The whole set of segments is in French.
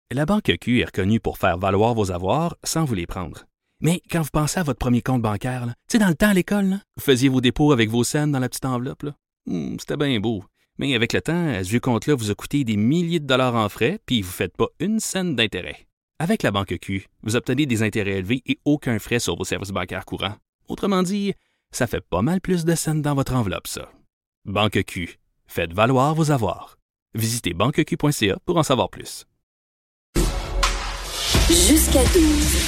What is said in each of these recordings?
La Banque Q est reconnue pour faire valoir vos avoirs sans vous les prendre. Mais quand vous pensez à votre premier compte bancaire, tu sais, dans le temps à l'école, là, vous faisiez vos dépôts avec vos scènes dans la petite enveloppe. Là. C'était bien beau. Mais avec le temps, ce vieux compte-là vous a coûté des milliers de dollars en frais, puis vous ne faites pas une scène d'intérêt. Avec la Banque Q, vous obtenez des intérêts élevés et aucun frais sur vos services bancaires courants. Autrement dit, ça fait pas mal plus de scènes dans votre enveloppe, ça. Banque Q. Faites valoir vos avoirs. Visitez banqueq.ca pour en savoir plus. Jusqu'à 12.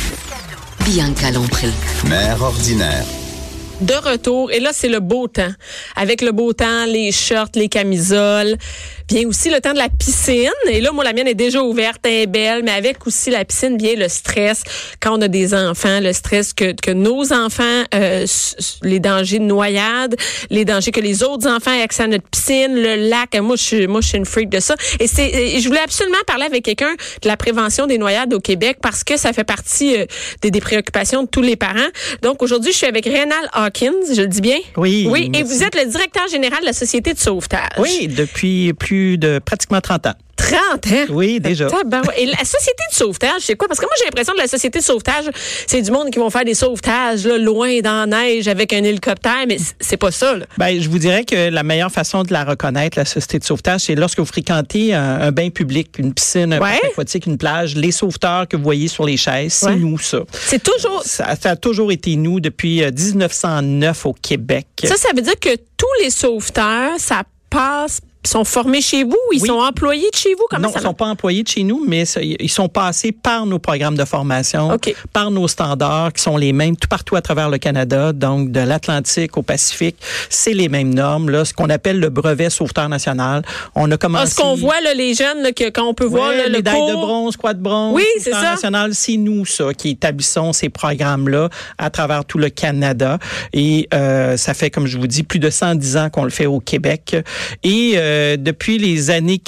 Bianca Lompré. Mère ordinaire. De retour, et là, c'est le beau temps. Avec le beau temps, les shorts, les camisoles, vient aussi le temps de la piscine. Et là, moi, la mienne est déjà ouverte, elle est belle, mais avec aussi la piscine vient le stress. Quand on a des enfants, le stress que nos enfants, les dangers de noyade, les dangers que les autres enfants aient accès à notre piscine, le lac. Moi, je suis une freak de ça. Et je voulais absolument parler avec quelqu'un de la prévention des noyades au Québec parce que ça fait partie des préoccupations de tous les parents. Donc, aujourd'hui, je suis avec Rénal Hawkins, je le dis bien? Oui. Oui, merci. et vous êtes le directeur général de la Société de sauvetage. Oui, depuis plus de pratiquement 30 ans. 30 ans? Oui, déjà. Et la Société de sauvetage, c'est quoi? Parce que moi, j'ai l'impression que la Société de sauvetage, c'est du monde qui vont faire des sauvetages là, loin dans la neige avec un hélicoptère, mais c'est pas ça. Là. Ben, je vous dirais que la meilleure façon de la reconnaître, la Société de sauvetage, c'est lorsque vous fréquentez un bain public, une piscine, un parc aquatique, une plage, les sauveteurs que vous voyez sur les chaises, c'est nous, ça. C'est toujours... Ça a toujours été nous depuis 1909 au Québec. Ça veut dire que tous les sauveteurs, ça passe... sont formés chez vous? Ils sont employés de chez vous? Comment non, ils ne sont pas employés de chez nous, mais ils sont passés par nos programmes de formation, par nos standards qui sont les mêmes tout partout à travers le Canada, donc de l'Atlantique au Pacifique. C'est les mêmes normes, là, ce qu'on appelle le brevet sauveteur national. On a commencé... ce qu'on voit, là, les jeunes, là, quand on peut voir là, le médaille cours... de bronze, croix de bronze, oui, c'est ça. national, c'est nous, ça, qui établissons ces programmes-là à travers tout le Canada. Et ça fait, comme je vous dis, plus de 110 ans qu'on le fait au Québec. Et depuis les années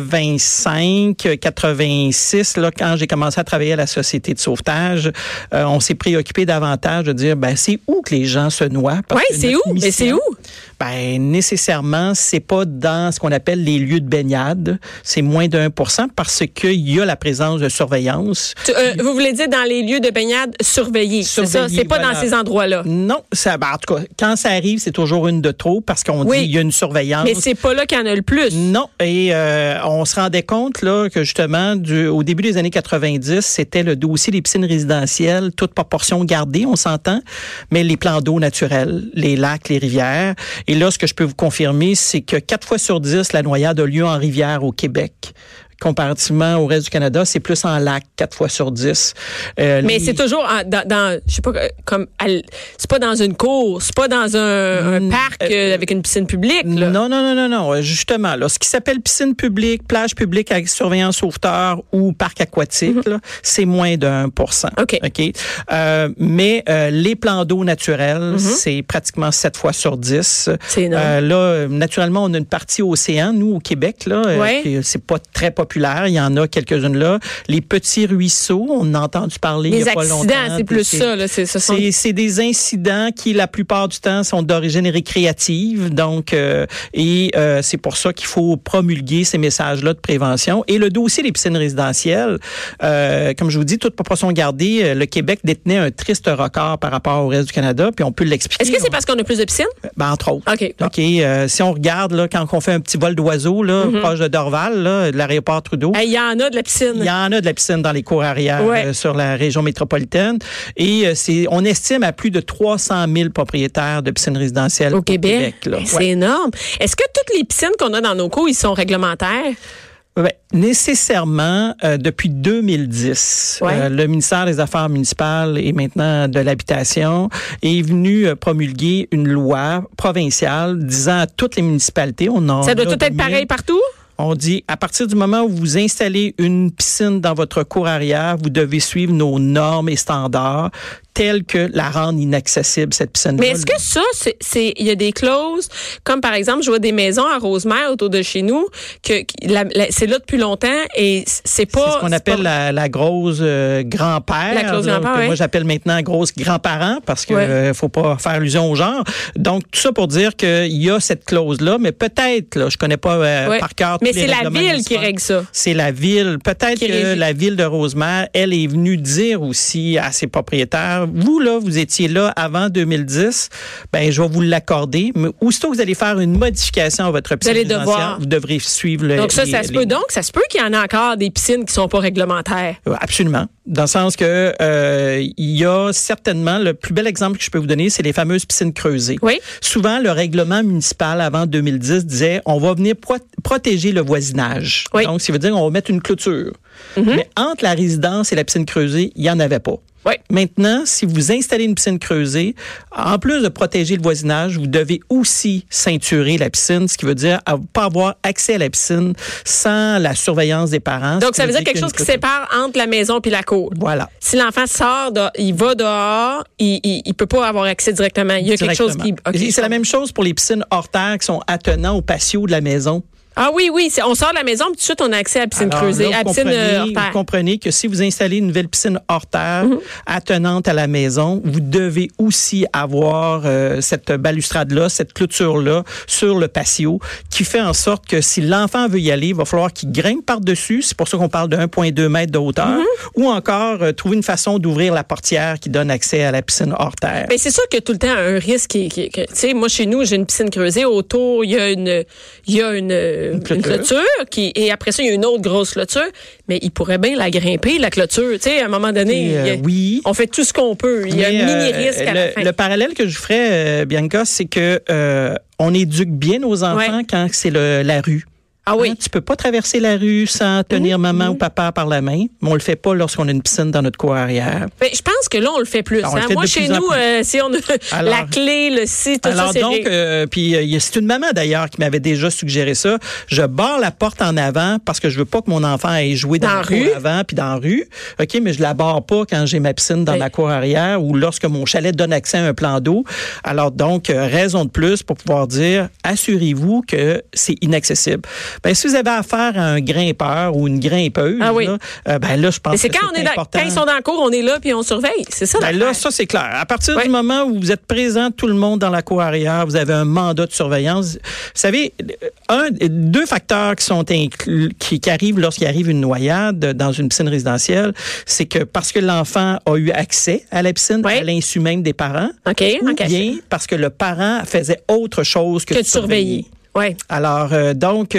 85, 86, là, quand j'ai commencé à travailler à la Société de sauvetage, on s'est préoccupé davantage de dire, c'est où que les gens se noient? Oui, c'est où? Mais c'est où? Nécessairement, c'est pas dans ce qu'on appelle les lieux de baignade. C'est moins d'1% parce qu'il y a la présence de surveillance. Vous voulez dire dans les lieux de baignade surveillés, c'est ça? C'est pas dans ces endroits-là? Non, en tout cas, quand ça arrive, c'est toujours une de trop parce qu'on dit il y a une surveillance. Mais c'est pas là qu'il y en a le plus. Non, et on se rendait compte là que justement, au début des années 90, c'était le dossier des piscines résidentielles, toute proportion gardée, on s'entend, mais les plans d'eau naturels, les lacs, les rivières. Et là, ce que je peux vous confirmer, c'est que 4 fois sur 10, la noyade a lieu en rivière au Québec. Comparativement au reste du Canada, c'est plus en lac, 4 fois sur 10. Mais c'est toujours dans je sais pas, c'est pas dans une cour, c'est pas dans un parc avec une piscine publique, là. Non. Justement, là, ce qui s'appelle piscine publique, plage publique avec surveillance sauveteur ou parc aquatique, là, c'est moins de 1%. OK. Mais les plans d'eau naturels, c'est pratiquement 7 fois sur 10. C'est énorme. Là, naturellement, on a une partie océan, nous, au Québec, là, c'est pas très populaire. Il y en a quelques-unes là. Les petits ruisseaux, on a entendu parler il y a pas longtemps. Les accidents, c'est plus ça. Là, c'est des incidents qui, la plupart du temps, sont d'origine récréative. Donc, c'est pour ça qu'il faut promulguer ces messages-là de prévention. Et le dossier des piscines résidentielles, comme je vous dis, toute proportion gardée, le Québec détenait un triste record par rapport au reste du Canada. Puis on peut l'expliquer. Est-ce que c'est parce qu'on a plus de piscines? Entre autres. OK. Si on regarde, là, quand on fait un petit vol d'oiseau, là, proche de Dorval, là, de l'aéroport Trudeau. Il y en a de la piscine. Il y en a de la piscine dans les cours arrière sur la région métropolitaine. Et on estime à plus de 300 000 propriétaires de piscines résidentielles au Québec. C'est énorme. Est-ce que toutes les piscines qu'on a dans nos cours, ils sont réglementaires? Nécessairement, depuis 2010, le ministère des Affaires municipales et maintenant de l'Habitation est venu promulguer une loi provinciale disant à toutes les municipalités... Ça doit tout être pareil partout? On dit, à partir du moment où vous installez une piscine dans votre cour arrière, vous devez suivre nos normes et standards tel que la rendre inaccessible, cette piscine-là. Mais est-ce que ça, il y a des clauses, comme par exemple, je vois des maisons à Rosemère autour de chez nous, c'est là depuis longtemps et c'est pas... C'est ce qu'on appelle la grosse grand-père. La clause grand-père, que moi, j'appelle maintenant grosse grand-parent parce que faut pas faire allusion au genre. Donc, tout ça pour dire qu'il y a cette clause-là, mais peut-être, là, je connais pas par cœur tous les règlements. Mais c'est la ville qui règle ça. C'est la ville. Peut-être que la ville de Rosemère, elle est venue dire aussi à ses propriétaires, vous, là, vous étiez là avant 2010, ben je vais vous l'accorder, mais aussitôt que vous allez faire une modification à votre piscine résidentielle, vous devrez suivre Donc ça se peut. Donc, ça se peut qu'il y en a encore des piscines qui sont pas réglementaires. Absolument. Dans le sens que il y a certainement, le plus bel exemple que je peux vous donner, c'est les fameuses piscines creusées. Oui. Souvent, le règlement municipal avant 2010 disait, on va venir protéger le voisinage. Oui. Donc, ça veut dire qu'on va mettre une clôture. Mm-hmm. Mais entre la résidence et la piscine creusée, il n'y en avait pas. Oui. Maintenant, si vous installez une piscine creusée, en plus de protéger le voisinage, vous devez aussi ceinturer la piscine, ce qui veut dire pas avoir accès à la piscine sans la surveillance des parents. Donc, ça veut dire quelque chose qui sépare entre la maison puis la cour. Voilà. Si l'enfant sort, il va dehors, il peut pas avoir accès directement. Il y a quelque chose qui... Okay, c'est la même chose pour les piscines hors terre qui sont attenants au patio de la maison. Ah oui, on sort de la maison, puis tout de suite, on a accès à la piscine creusée, à la piscine hors terre. Vous comprenez que si vous installez une nouvelle piscine hors terre, attenante à la maison, vous devez aussi avoir cette balustrade-là, cette clôture-là sur le patio, qui fait en sorte que si l'enfant veut y aller, il va falloir qu'il grimpe par-dessus. C'est pour ça qu'on parle de 1,2 mètre de hauteur. Ou encore, trouver une façon d'ouvrir la portière qui donne accès à la piscine hors terre. Mais c'est sûr qu'il y a tout le temps un risque. Tu sais, moi, chez nous, j'ai une piscine creusée. Autour, il y a une clôture et après ça, il y a une autre grosse clôture, mais il pourrait bien la grimper, la clôture. Tu sais, à un moment donné, on fait tout ce qu'on peut. Il y a un mini-risque à la fin. Le parallèle que je ferais, Bianca, c'est que on éduque bien nos enfants quand c'est la rue. Ah oui. Tu peux pas traverser la rue sans tenir maman ou papa par la main, mais on le fait pas lorsqu'on a une piscine dans notre cour arrière. Ben, je pense que là, on le fait plus. Moi, chez nous, si on a la clé, le site, tout ça, c'est donc, puis c'est une maman d'ailleurs qui m'avait déjà suggéré ça. Je barre la porte en avant parce que je veux pas que mon enfant aille jouer dans la cour avant puis dans la rue. OK, mais je la barre pas quand j'ai ma piscine dans ma cour arrière ou lorsque mon chalet donne accès à un plan d'eau. Alors donc, raison de plus pour pouvoir dire, assurez-vous que c'est inaccessible. Ben, si vous avez affaire à un grimpeur ou une grimpeuse, là, je pense que c'est important. Quand ils sont dans la cour, on est là puis on surveille. C'est ça. Là, ça, c'est clair. À partir du moment où vous êtes présent, tout le monde dans la cour arrière, vous avez un mandat de surveillance. Vous savez, deux facteurs qui sont qui arrivent lorsqu'il arrive une noyade dans une piscine résidentielle, c'est que parce que l'enfant a eu accès à la piscine, à l'insu même des parents, ou bien parce que le parent faisait autre chose que de surveiller. Ouais. Alors, donc,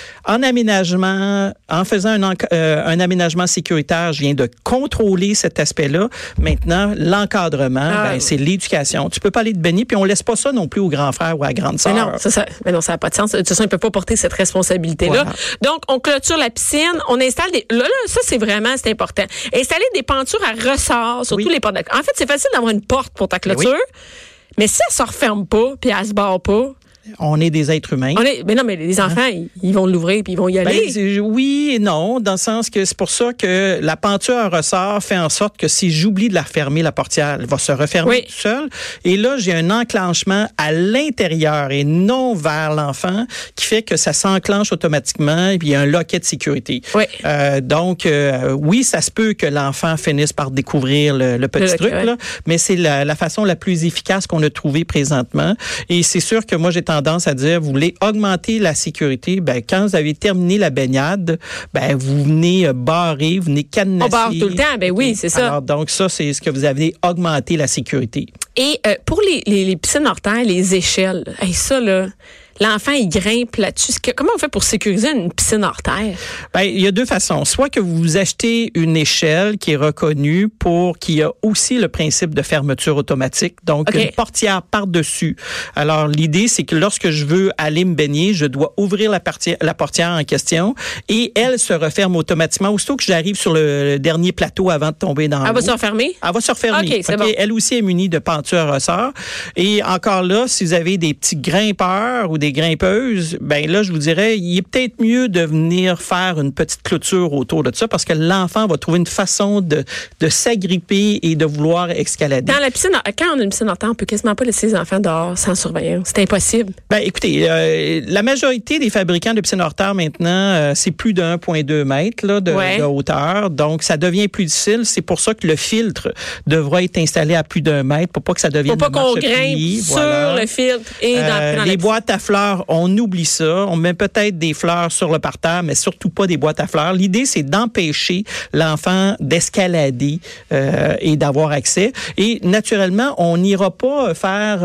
en faisant un aménagement sécuritaire, je viens de contrôler cet aspect-là. Maintenant, l'encadrement, c'est l'éducation. Tu peux pas aller te baigner, puis on laisse pas ça non plus au grand frère ou à la grande sœur. Mais non, ça n'a pas de sens. De toute façon, il peut pas porter cette responsabilité-là. Voilà. Donc, on clôture la piscine, on installe ça, c'est important. Installer des pentures à ressort sur tous les portes. En fait, c'est facile d'avoir une porte pour ta clôture, mais si elle se referme pas, puis elle se barre pas, on est des êtres humains. Mais non, mais les enfants, ils vont l'ouvrir puis ils vont y aller. Oui et non, dans le sens que c'est pour ça que la penture à ressort fait en sorte que si j'oublie de la refermer, la portière, elle va se refermer toute seule. Et là, j'ai un enclenchement à l'intérieur et non vers l'enfant qui fait que ça s'enclenche automatiquement et puis il y a un loquet de sécurité. Oui. Donc, oui, ça se peut que l'enfant finisse par découvrir le petit truc, là, mais c'est la façon la plus efficace qu'on a trouvée présentement. Et c'est sûr que moi, j'ai tendance à dire, vous voulez augmenter la sécurité, quand vous avez terminé la baignade, vous venez barrer, vous venez cadenasser. On barre tout le temps, oui, c'est ça. Alors, donc ça, c'est ce que vous avez augmenté la sécurité. Et pour les piscines hors terre, les échelles, ça, là... L'enfant, il grimpe là-dessus. Comment on fait pour sécuriser une piscine hors terre? Il y a deux façons. Soit que vous achetez une échelle qui est reconnue qui a aussi le principe de fermeture automatique. Donc, une portière par-dessus. Alors, l'idée, c'est que lorsque je veux aller me baigner, je dois ouvrir la portière en question et elle se referme automatiquement. Aussitôt que j'arrive sur le dernier plateau avant de tomber dans l'eau. Elle va se refermer? Elle va se refermer. OK, c'est bon. Elle aussi est munie de pentures à ressort. Et encore là, si vous avez des petits grimpeurs ou des grimpeuses, ben là, je vous dirais, il est peut-être mieux de venir faire une petite clôture autour de ça parce que l'enfant va trouver une façon de s'agripper et de vouloir escalader. Dans la piscine, quand on a une piscine hors terre, on peut quasiment pas laisser les enfants dehors sans surveillance. C'est impossible. Ben, écoutez, la majorité des fabricants de piscines hors terre maintenant, c'est plus de 1,2 mètres là, de hauteur. Donc, ça devient plus difficile. C'est pour ça que le filtre devra être installé à plus d'1 mètre pour pas que ça devienne pour pas qu'on grimpe sur le filtre et dans les boîtes à fleurs, on oublie ça. On met peut-être des fleurs sur le parterre, mais surtout pas des boîtes à fleurs. L'idée, c'est d'empêcher l'enfant d'escalader et d'avoir accès. Et naturellement, on n'ira pas faire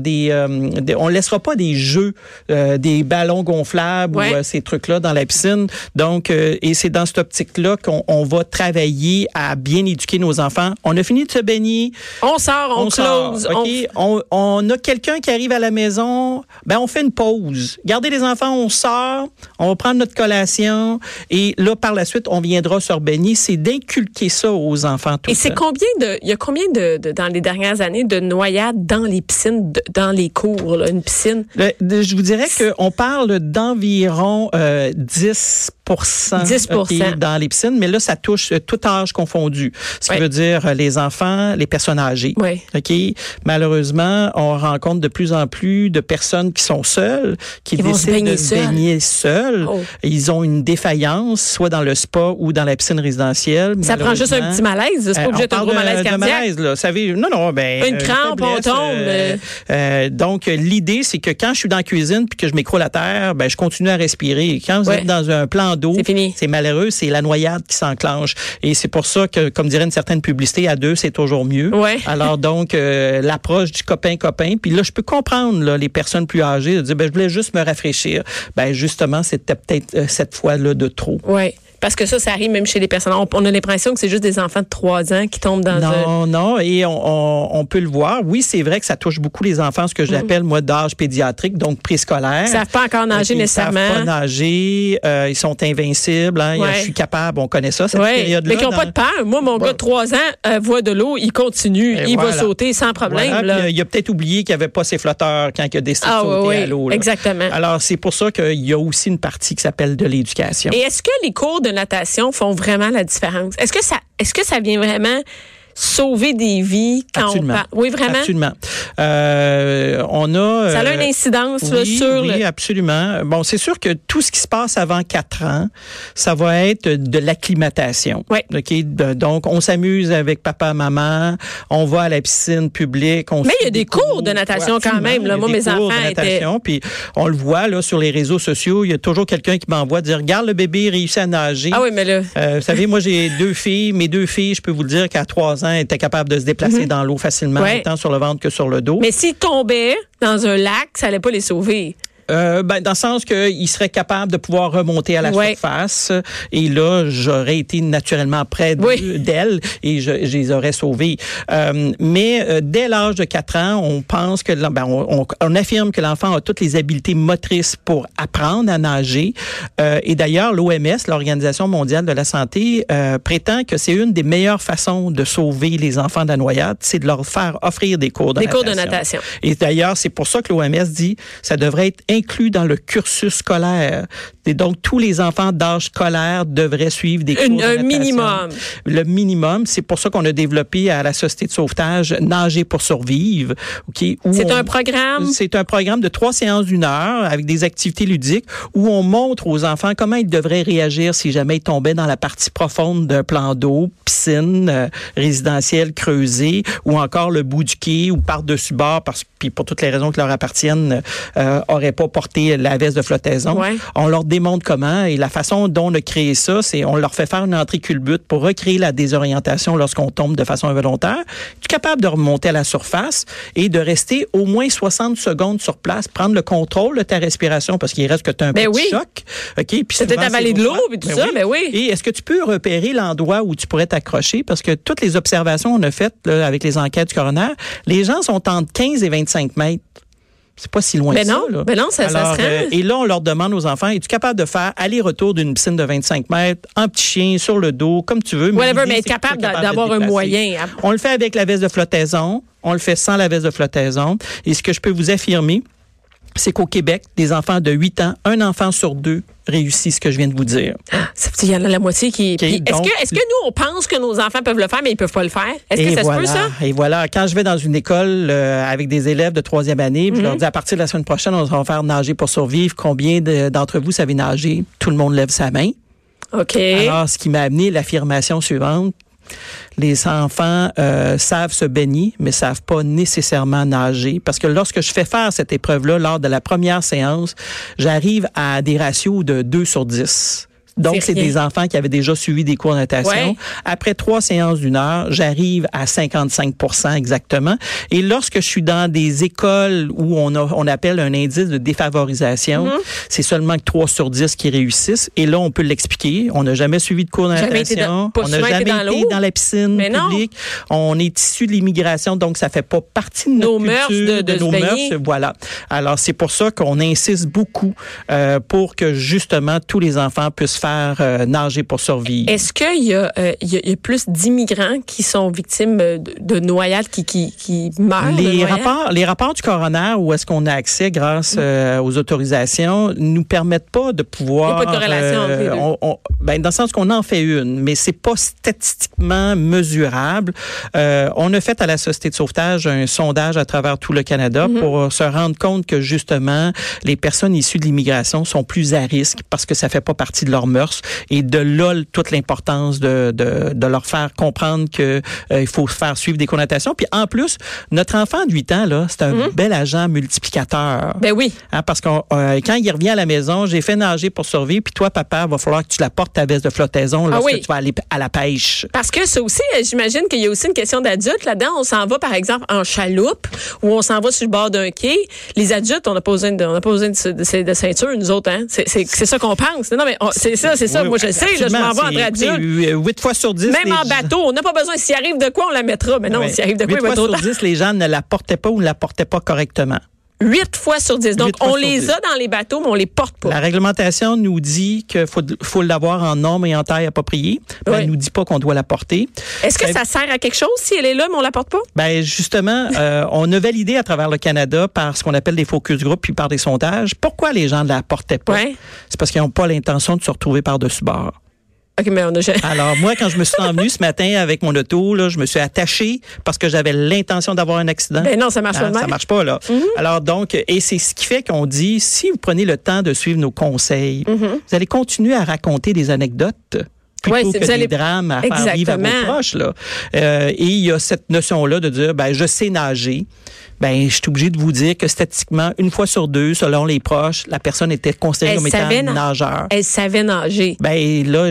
on laissera pas des jeux, des ballons gonflables ou ces trucs-là dans la piscine. Donc, et c'est dans cette optique-là qu'on va travailler à bien éduquer nos enfants. On a fini de se baigner. On sort, on close. Okay. On a quelqu'un qui arrive à la maison, ben on fait une pause. Gardez les enfants, on sort, on va prendre notre collation et là, par la suite, on viendra se baigner. C'est d'inculquer ça aux enfants tout le temps. Et il y a combien dans les dernières années de noyades dans les piscines, dans les cours, là, une piscine? Je vous dirais qu'on parle d'environ 10 dans les piscines, mais là, ça touche tout âge confondu. Ce qui veut dire les enfants, les personnes âgées. Oui. OK? Malheureusement, on rencontre de plus en plus de personnes qui sont seules, qui décident de se baigner seules. Oh. Ils ont une défaillance, soit dans le spa ou dans la piscine résidentielle. Ça prend juste un petit malaise. C'est pas obligé d'être un gros malaise cardiaque. Malaise, là. Une crampe, on tombe. Donc, l'idée, c'est que quand je suis dans la cuisine puis que je m'écroule à terre, ben, je continue à respirer. Quand vous êtes dans un plan d'eau, c'est malheureux, c'est la noyade qui s'enclenche. Et c'est pour ça que, comme dirait une certaine publicité, à deux, c'est toujours mieux. Ouais. Alors donc, l'approche du copain-copain. Puis là, je peux comprendre là, les personnes plus âgées de dire, ben, je voulais juste me rafraîchir. Ben justement, c'était peut-être cette fois-là de trop. Oui. Parce que ça arrive même chez les personnes. On a l'impression que c'est juste des enfants de 3 ans qui tombent dans Non, et on peut le voir. Oui, c'est vrai que ça touche beaucoup les enfants, ce que j'appelle, moi, d'âge pédiatrique, donc préscolaire. Ils savent pas encore nager nécessairement. Ils savent pas nager, ils sont invincibles. Hein, je suis capable, on connaît ça, cette période-là. Mais qui n'ont pas de peur. Moi, mon gars de 3 ans voit de l'eau, il continue, il va sauter sans problème. Voilà. Il a peut-être oublié qu'il n'y avait pas ses flotteurs quand il a décidé de sauter à l'eau. Là. Exactement. Alors, c'est pour ça qu'il y a aussi une partie qui s'appelle de l'éducation. Et est-ce que les cours de natation font vraiment la différence? Est-ce que ça vient vraiment sauver des vies quand Absolument. on parle? Oui, vraiment? Absolument. Ça a une incidence sur Oui, absolument. Bon, c'est sûr que tout ce qui se passe avant 4 ans, ça va être de l'acclimatation. Oui. OK? Donc, on s'amuse avec papa, maman, on va à la piscine publique. Mais il y a des cours de natation quand même. Là. Moi, mes enfants étaient... Puis on le voit là sur les réseaux sociaux, il y a toujours quelqu'un qui m'envoie dire, regarde, le bébé réussit à nager. Ah oui, mais là... vous savez, moi, j'ai 2 filles. Mes 2 filles, je peux vous le dire qu'à 3 ans, étaient capables de se déplacer dans l'eau facilement, autant sur le ventre que sur le dos. Mais s'ils tombaient dans un lac, ça allait pas les sauver. Dans le sens qu'il serait capable de pouvoir remonter à la surface. Et là, j'aurais été naturellement près d'elle et je les aurais sauvés. Mais dès l'âge de 4 ans, on pense que on affirme que l'enfant a toutes les habiletés motrices pour apprendre à nager. Et d'ailleurs, l'OMS, l'Organisation mondiale de la santé, prétend que c'est une des meilleures façons de sauver les enfants de la noyade, c'est de leur faire offrir des cours de natation. Et d'ailleurs, c'est pour ça que l'OMS dit ça devrait être inclus dans le cursus scolaire. Et donc, tous les enfants d'âge scolaire devraient suivre des cours de natation. Un minimum. Le minimum, c'est pour ça qu'on a développé à la Société de sauvetage Nager pour survivre. Okay, c'est un programme? C'est un programme de 3 séances d'1 heure avec des activités ludiques où on montre aux enfants comment ils devraient réagir si jamais ils tombaient dans la partie profonde d'un plan d'eau, piscine résidentielle creusée ou encore le bout du quai ou par-dessus bord puis pour toutes les raisons qui leur appartiennent, n'auraient pas porté la veste de flottaison. Ouais. On leur démontre comment et la façon dont on a créé ça, c'est on leur fait faire une entrée culbute pour recréer la désorientation lorsqu'on tombe de façon involontaire. Tu es capable de remonter à la surface et de rester au moins 60 secondes sur place, prendre le contrôle de ta respiration parce qu'il reste que tu as un petit choc. Okay? Puis c'était avaler de l'eau et tout ça, mais oui. Et est-ce que tu peux repérer l'endroit où tu pourrais t'accrocher? Parce que toutes les observations qu'on a faites là, avec les enquêtes du coroner, les gens sont entre 15 et 25 mètres. C'est pas si loin que ça. Là. Ben non, ça serait... et là, on leur demande aux enfants, es-tu capable de faire aller-retour d'une piscine de 25 mètres, en petit chien, sur le dos, comme tu veux. Mais être capable d'avoir un moyen. On le fait avec la veste de flottaison, on le fait sans la veste de flottaison. Et ce que je peux vous affirmer, c'est qu'au Québec, des enfants de 8 ans, un enfant sur 2 réussit ce que je viens de vous dire. Il y en a la moitié qui... Okay, est-ce que nous, on pense que nos enfants peuvent le faire, mais ils peuvent pas le faire? Est-ce que ça se peut, ça? Et voilà. Quand je vais dans une école avec des élèves de 3e année, je leur dis, à partir de la semaine prochaine, on va faire nager pour survivre. Combien d'entre vous savez nager? Tout le monde lève sa main. OK. Alors, ce qui m'a amené l'affirmation suivante. Les enfants savent se baigner, mais savent pas nécessairement nager. Parce que lorsque je fais faire cette épreuve-là, lors de la première séance, j'arrive à des ratios de 2 sur 10. Donc, c'est des enfants qui avaient déjà suivi des cours de natation. Ouais. Après 3 séances d'1 heure, j'arrive à 55% exactement. Et lorsque je suis dans des écoles où on appelle un indice de défavorisation, c'est seulement que 3 sur 10 qui réussissent. Et là, on peut l'expliquer. On n'a jamais suivi de cours de natation. On n'a jamais été dans la piscine publique. On est issu de l'immigration, donc ça fait pas partie de notre culture, de nos mœurs. Voilà. Alors, c'est pour ça qu'on insiste beaucoup pour que, justement, tous les enfants puissent faire nager pour survivre. Est-ce qu'il y a plus d'immigrants qui sont victimes de noyades, qui meurent? Les rapports du coroner, où est-ce qu'on a accès grâce aux autorisations, nous permettent pas de pouvoir... Il n'y a pas de corrélation entre les deux. Dans le sens qu'on en fait une, mais c'est pas statistiquement mesurable. On a fait à la Société de sauvetage un sondage à travers tout le Canada pour se rendre compte que, justement, les personnes issues de l'immigration sont plus à risque parce que ça fait pas partie de leur mœurs. Et de là, toute l'importance de leur faire comprendre que il faut faire suivre des connotations. Puis en plus, notre enfant de 8 ans, là, c'est un bel agent multiplicateur. Ben oui. Parce que quand il revient à la maison, j'ai fait nager pour survivre, puis toi, papa, va falloir que tu la portes ta veste de flottaison lorsque tu vas aller à la pêche. Parce que ça aussi, j'imagine qu'il y a aussi une question d'adulte là-dedans. On s'en va, par exemple, en chaloupe, ou on s'en va sur le bord d'un quai. Les adultes, on n'a pas besoin de ceinture, nous autres, hein. C'est ça qu'on pense. Non, mais c'est ça. Oui, moi, je sais, je m'en vais entre adultes. 8 fois sur 10. Même en bateau, on n'a pas besoin. S'il arrive de quoi, on la mettra. Mais non, s'il arrive de quoi, il va être trop tard. 8 fois sur 10, les gens ne la portaient pas ou ne la portaient pas correctement. 8 fois sur 10. Donc, on les a dans les bateaux, mais on les porte pas. La réglementation nous dit qu'il faut l'avoir en norme et en taille appropriée. Elle ne nous dit pas qu'on doit la porter. Est-ce que ça sert à quelque chose si elle est là, mais on la porte pas? Justement, on a validé à travers le Canada par ce qu'on appelle des focus group puis par des sondages. Pourquoi les gens ne la portaient pas? C'est parce qu'ils n'ont pas l'intention de se retrouver par-dessus bord. OK, mais Alors, moi, quand je me suis envenu ce matin avec mon auto, là, je me suis attaché parce que j'avais l'intention d'avoir un accident. Ben non, ça marche pas. Ça marche pas, là. Alors, donc, et c'est ce qui fait qu'on dit, si vous prenez le temps de suivre nos conseils, vous allez continuer à raconter des anecdotes plutôt que des drames à faire vivre à vos proches, là. Et il y a cette notion-là de dire, je sais nager. Je suis obligé de vous dire que statistiquement, 1 fois sur 2, selon les proches, la personne était considérée comme étant nageur. Elle savait nager. Là,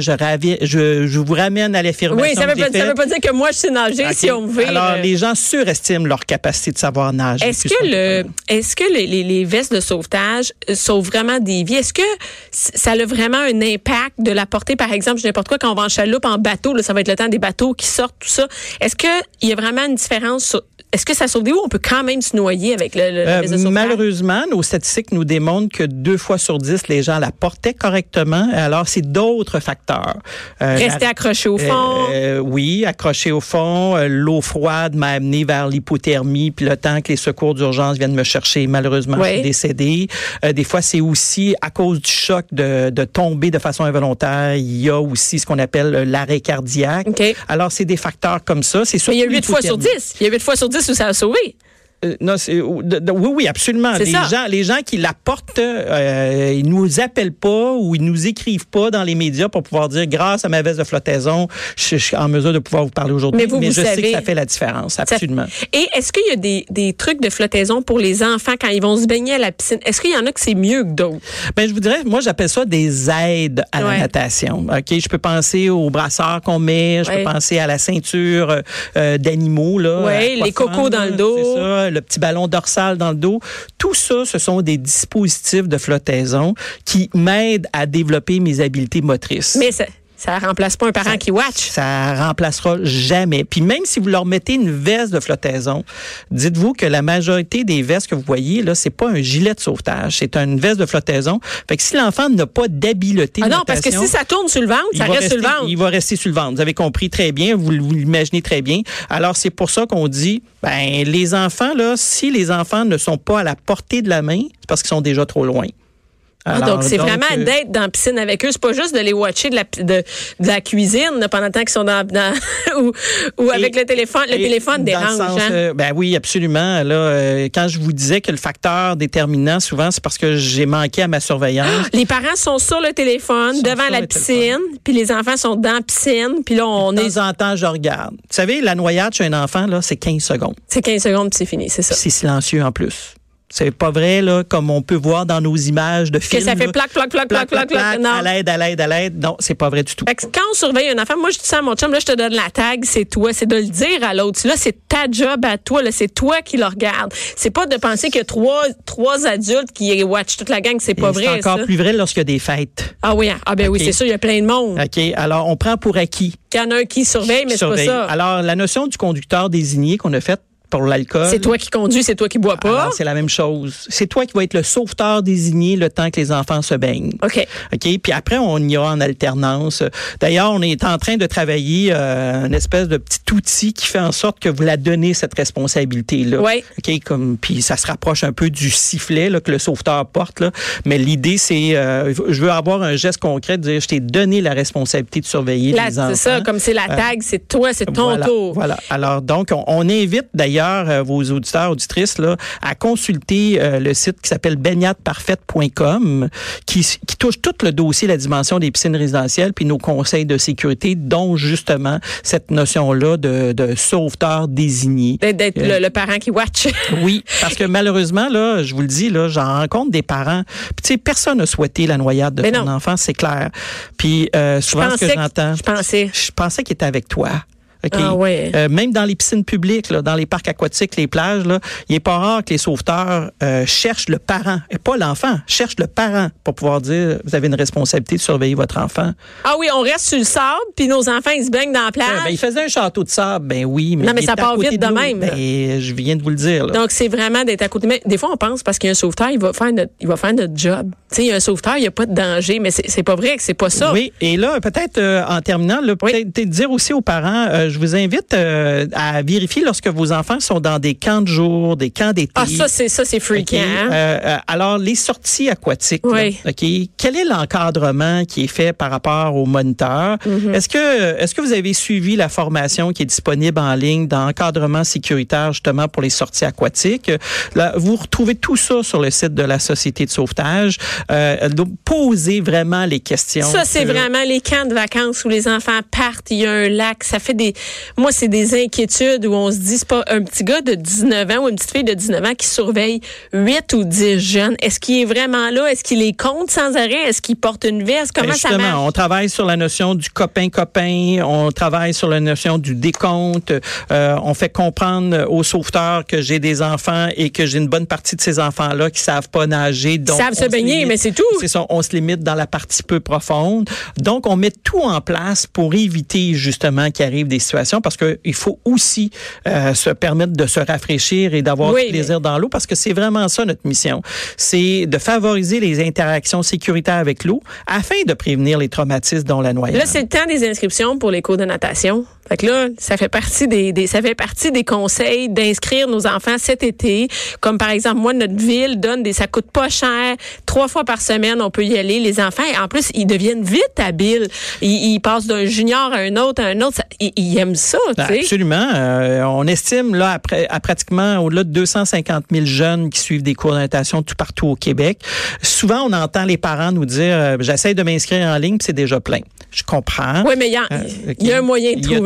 je vous ramène à l'affirmation. Oui, ça veut pas dire que moi, je sais nager, si on veut. Alors, les gens surestiment leur capacité de savoir nager. Est-ce que les vestes de sauvetage sauvent vraiment des vies? Est-ce que ça a vraiment un impact de la porter, par exemple, n'importe quoi, quand on va en chaloupe, en bateau, là, ça va être le temps des bateaux qui sortent, tout ça. Est-ce qu'il y a vraiment une différence est-ce que ça sauve des vies ou on peut quand même se noyer avec le veste de sauvetage? Malheureusement, nos statistiques nous démontrent que 2 fois sur 10, les gens la portaient correctement. Alors, c'est d'autres facteurs. Rester accroché au fond. Oui, accroché au fond. L'eau froide m'a amené vers l'hypothermie. Puis le temps que les secours d'urgence viennent me chercher, malheureusement, je suis décédé. Des fois, c'est aussi à cause du choc de tomber de façon involontaire. Il y a aussi ce qu'on appelle l'arrêt cardiaque. Okay. Alors, c'est des facteurs comme ça. C'est mais il y a 8 fois sur 10. Il y a 8 fois sur 10 où ça a sauvé. Non, oui, absolument. Les gens qui la portent, ils nous appellent pas ou ils nous écrivent pas dans les médias pour pouvoir dire, grâce à ma veste de flottaison, je suis en mesure de pouvoir vous parler aujourd'hui. Mais je sais que ça fait la différence, absolument. Et est-ce qu'il y a des trucs de flottaison pour les enfants quand ils vont se baigner à la piscine? Est-ce qu'il y en a que c'est mieux que d'autres? Je vous dirais, moi, j'appelle ça des aides à la natation. OK, je peux penser aux brasseurs qu'on met, je peux penser à la ceinture d'animaux, là. Oui, les cocos dans le dos. C'est ça, le petit ballon dorsal dans le dos. Tout ça, ce sont des dispositifs de flottaison qui m'aident à développer mes habiletés motrices. Mais Ça remplace pas un parent qui watch. Ça remplacera jamais. Puis même si vous leur mettez une veste de flottaison, dites-vous que la majorité des vestes que vous voyez, là, c'est pas un gilet de sauvetage, c'est une veste de flottaison. Fait que si l'enfant n'a pas d'habileté de non, parce que si ça tourne sur le ventre, ça reste sur le ventre. Il va rester sur le ventre. Vous avez compris très bien, vous l'imaginez très bien. Alors, c'est pour ça qu'on dit, les enfants, là, si les enfants ne sont pas à la portée de la main, c'est parce qu'ils sont déjà trop loin. Donc, c'est vraiment d'être dans la piscine avec eux. C'est pas juste de les watcher de la cuisine là, pendant le temps qu'ils sont dans ou avec le téléphone. Le téléphone dérange. Oui, absolument. Là, quand je vous disais que le facteur déterminant, souvent, c'est parce que j'ai manqué à ma surveillance. Les parents sont sur le téléphone, devant la piscine, puis les enfants sont dans la piscine, puis là, on est... De temps en temps, je regarde. Vous savez, la noyade chez un enfant, là, c'est 15 secondes. C'est 15 secondes, puis c'est fini, c'est ça. C'est silencieux en plus. C'est pas vrai, là, comme on peut voir dans nos images de films. Que ça fait plac. Non. À l'aide. Non, c'est pas vrai du tout. Fait que quand on surveille un enfant, moi, je dis ça à mon chum, là, je te donne la tag, c'est toi. C'est de le dire à l'autre. Là, c'est ta job à toi, là. C'est toi qui le regarde. C'est pas de penser qu'il y a trois adultes qui watchent toute la gang. C'est pas vrai, c'est encore plus vrai lorsqu'il y a des fêtes. Ah oui, oui, c'est sûr, il y a plein de monde. OK. Alors, on prend pour acquis qu'il y en a un qui surveille, mais c'est pas ça. Alors, la notion du conducteur désigné qu'on a faite pour l'alcool. C'est toi qui conduis, c'est toi qui bois pas. Alors, c'est la même chose. C'est toi qui vas être le sauveteur désigné le temps que les enfants se baignent. OK. Puis après, on ira en alternance. D'ailleurs, on est en train de travailler une espèce de petit outil qui fait en sorte que vous la donnez cette responsabilité-là. Oui. OK, puis ça se rapproche un peu du sifflet là, que le sauveteur porte. Là. Mais l'idée, c'est, je veux avoir un geste concret de dire, je t'ai donné la responsabilité de surveiller les enfants. C'est ça, comme c'est la tag, c'est toi, c'est ton tour. Voilà. Alors, donc, on invite d'ailleurs vos auditeurs, auditrices, là, à consulter le site qui s'appelle baignadeparfaite.com, qui touche tout le dossier, la dimension des piscines résidentielles, puis nos conseils de sécurité, dont justement cette notion-là de sauveteur désigné. D'être le parent qui watch. Oui, parce que malheureusement, là, je vous le dis, là, j'en rencontre des parents. Puis tu sais, personne n'a souhaité la noyade de son enfant, c'est clair. Puis souvent, ce que j'entends, je pensais qu'il était avec toi. Okay. Ah ouais. Même dans les piscines publiques, là, dans les parcs aquatiques, les plages, là, il est pas rare que les sauveteurs cherchent le parent, et pas l'enfant, cherchent le parent pour pouvoir dire, vous avez une responsabilité de surveiller votre enfant. Ah oui, on reste sur le sable, puis nos enfants, ils se baignent dans la plage. Il faisait un château de sable, oui. Mais non, mais ça part vite de même. Je viens de vous le dire. Là. Donc, c'est vraiment d'être à côté. Mais des fois, on pense, parce qu'il y a un sauveteur, il va faire notre job. Tu sais, il y a un sauveteur, il n'y a pas de danger, mais c'est pas vrai que c'est pas ça. Oui, et là, peut-être, en terminant, là, peut-être dire aussi aux parents, je vous invite à vérifier lorsque vos enfants sont dans des camps de jour, des camps d'été. Ah, ça, c'est freakant. Okay. Alors, les sorties aquatiques, oui. Là, OK, quel est l'encadrement qui est fait par rapport aux moniteurs? Mm-hmm. Est-ce que vous avez suivi la formation qui est disponible en ligne d'encadrement sécuritaire, justement, pour les sorties aquatiques? Là, vous retrouvez tout ça sur le site de la Société de sauvetage. Posez vraiment les questions. Ça, c'est vraiment les camps de vacances où les enfants partent, il y a un lac, ça fait moi, c'est des inquiétudes où on se dit, c'est pas un petit gars de 19 ans ou une petite fille de 19 ans qui surveille 8 ou 10 jeunes. Est-ce qu'il est vraiment là? Est-ce qu'il les compte sans arrêt? Est-ce qu'il porte une veste? Comment ça marche? On travaille sur la notion du copain-copain. On travaille sur la notion du décompte. On fait comprendre aux sauveteurs que j'ai des enfants et que j'ai une bonne partie de ces enfants-là qui savent pas nager. Donc, ils savent se baigner, mais c'est tout. C'est ça. On se limite dans la partie peu profonde. Donc, on met tout en place pour éviter justement qu'il arrive des situations parce qu'il faut aussi se permettre de se rafraîchir et d'avoir du plaisir dans l'eau parce que c'est vraiment ça notre mission. C'est de favoriser les interactions sécuritaires avec l'eau afin de prévenir les traumatismes dont la noyade. Là, c'est le temps des inscriptions pour les cours de natation. Fait que là, ça fait partie des conseils d'inscrire nos enfants cet été. Comme par exemple, moi, notre ville donne ça coûte pas cher. 3 fois par semaine, on peut y aller. Les enfants, en plus, ils deviennent vite habiles. Ils passent d'un junior à un autre. Ils aiment ça, tu sais. Absolument. On estime, là, à pratiquement au-delà de 250 000 jeunes qui suivent des cours de natation tout partout au Québec. Souvent, on entend les parents nous dire, j'essaie de m'inscrire en ligne, puis c'est déjà plein. Je comprends. Oui, mais il y a un moyen de trouver.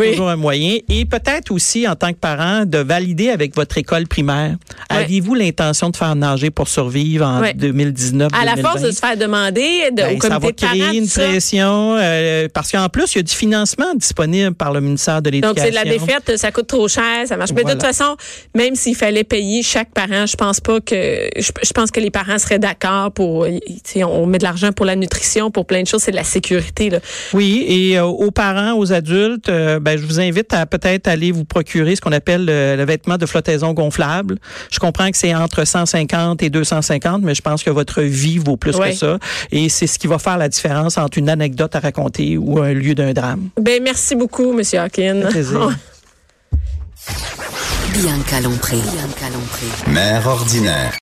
toujours un moyen. Et peut-être aussi, en tant que parent, de valider avec votre école primaire. Oui. Aviez-vous l'intention de faire nager pour survivre en 2019, À la 2020? force de se faire demander au ça va comité de parents, créer une tout ça. pression parce qu'en plus, il y a du financement disponible par le ministère de l'Éducation. Donc, c'est de la défaite, ça coûte trop cher, ça marche. Mais de toute façon, même s'il fallait payer chaque parent, je pense que les parents seraient d'accord pour, on met de l'argent pour la nutrition, pour plein de choses, c'est de la sécurité, là. Oui, et aux parents, aux adultes, je vous invite à peut-être aller vous procurer ce qu'on appelle le vêtement de flottaison gonflable. Je comprends que c'est entre 150 et 250, mais je pense que votre vie vaut plus que ça. Et c'est ce qui va faire la différence entre une anecdote à raconter ou un lieu d'un drame. Merci beaucoup, M. Hawkins. Bianca Lompré. Mère ordinaire.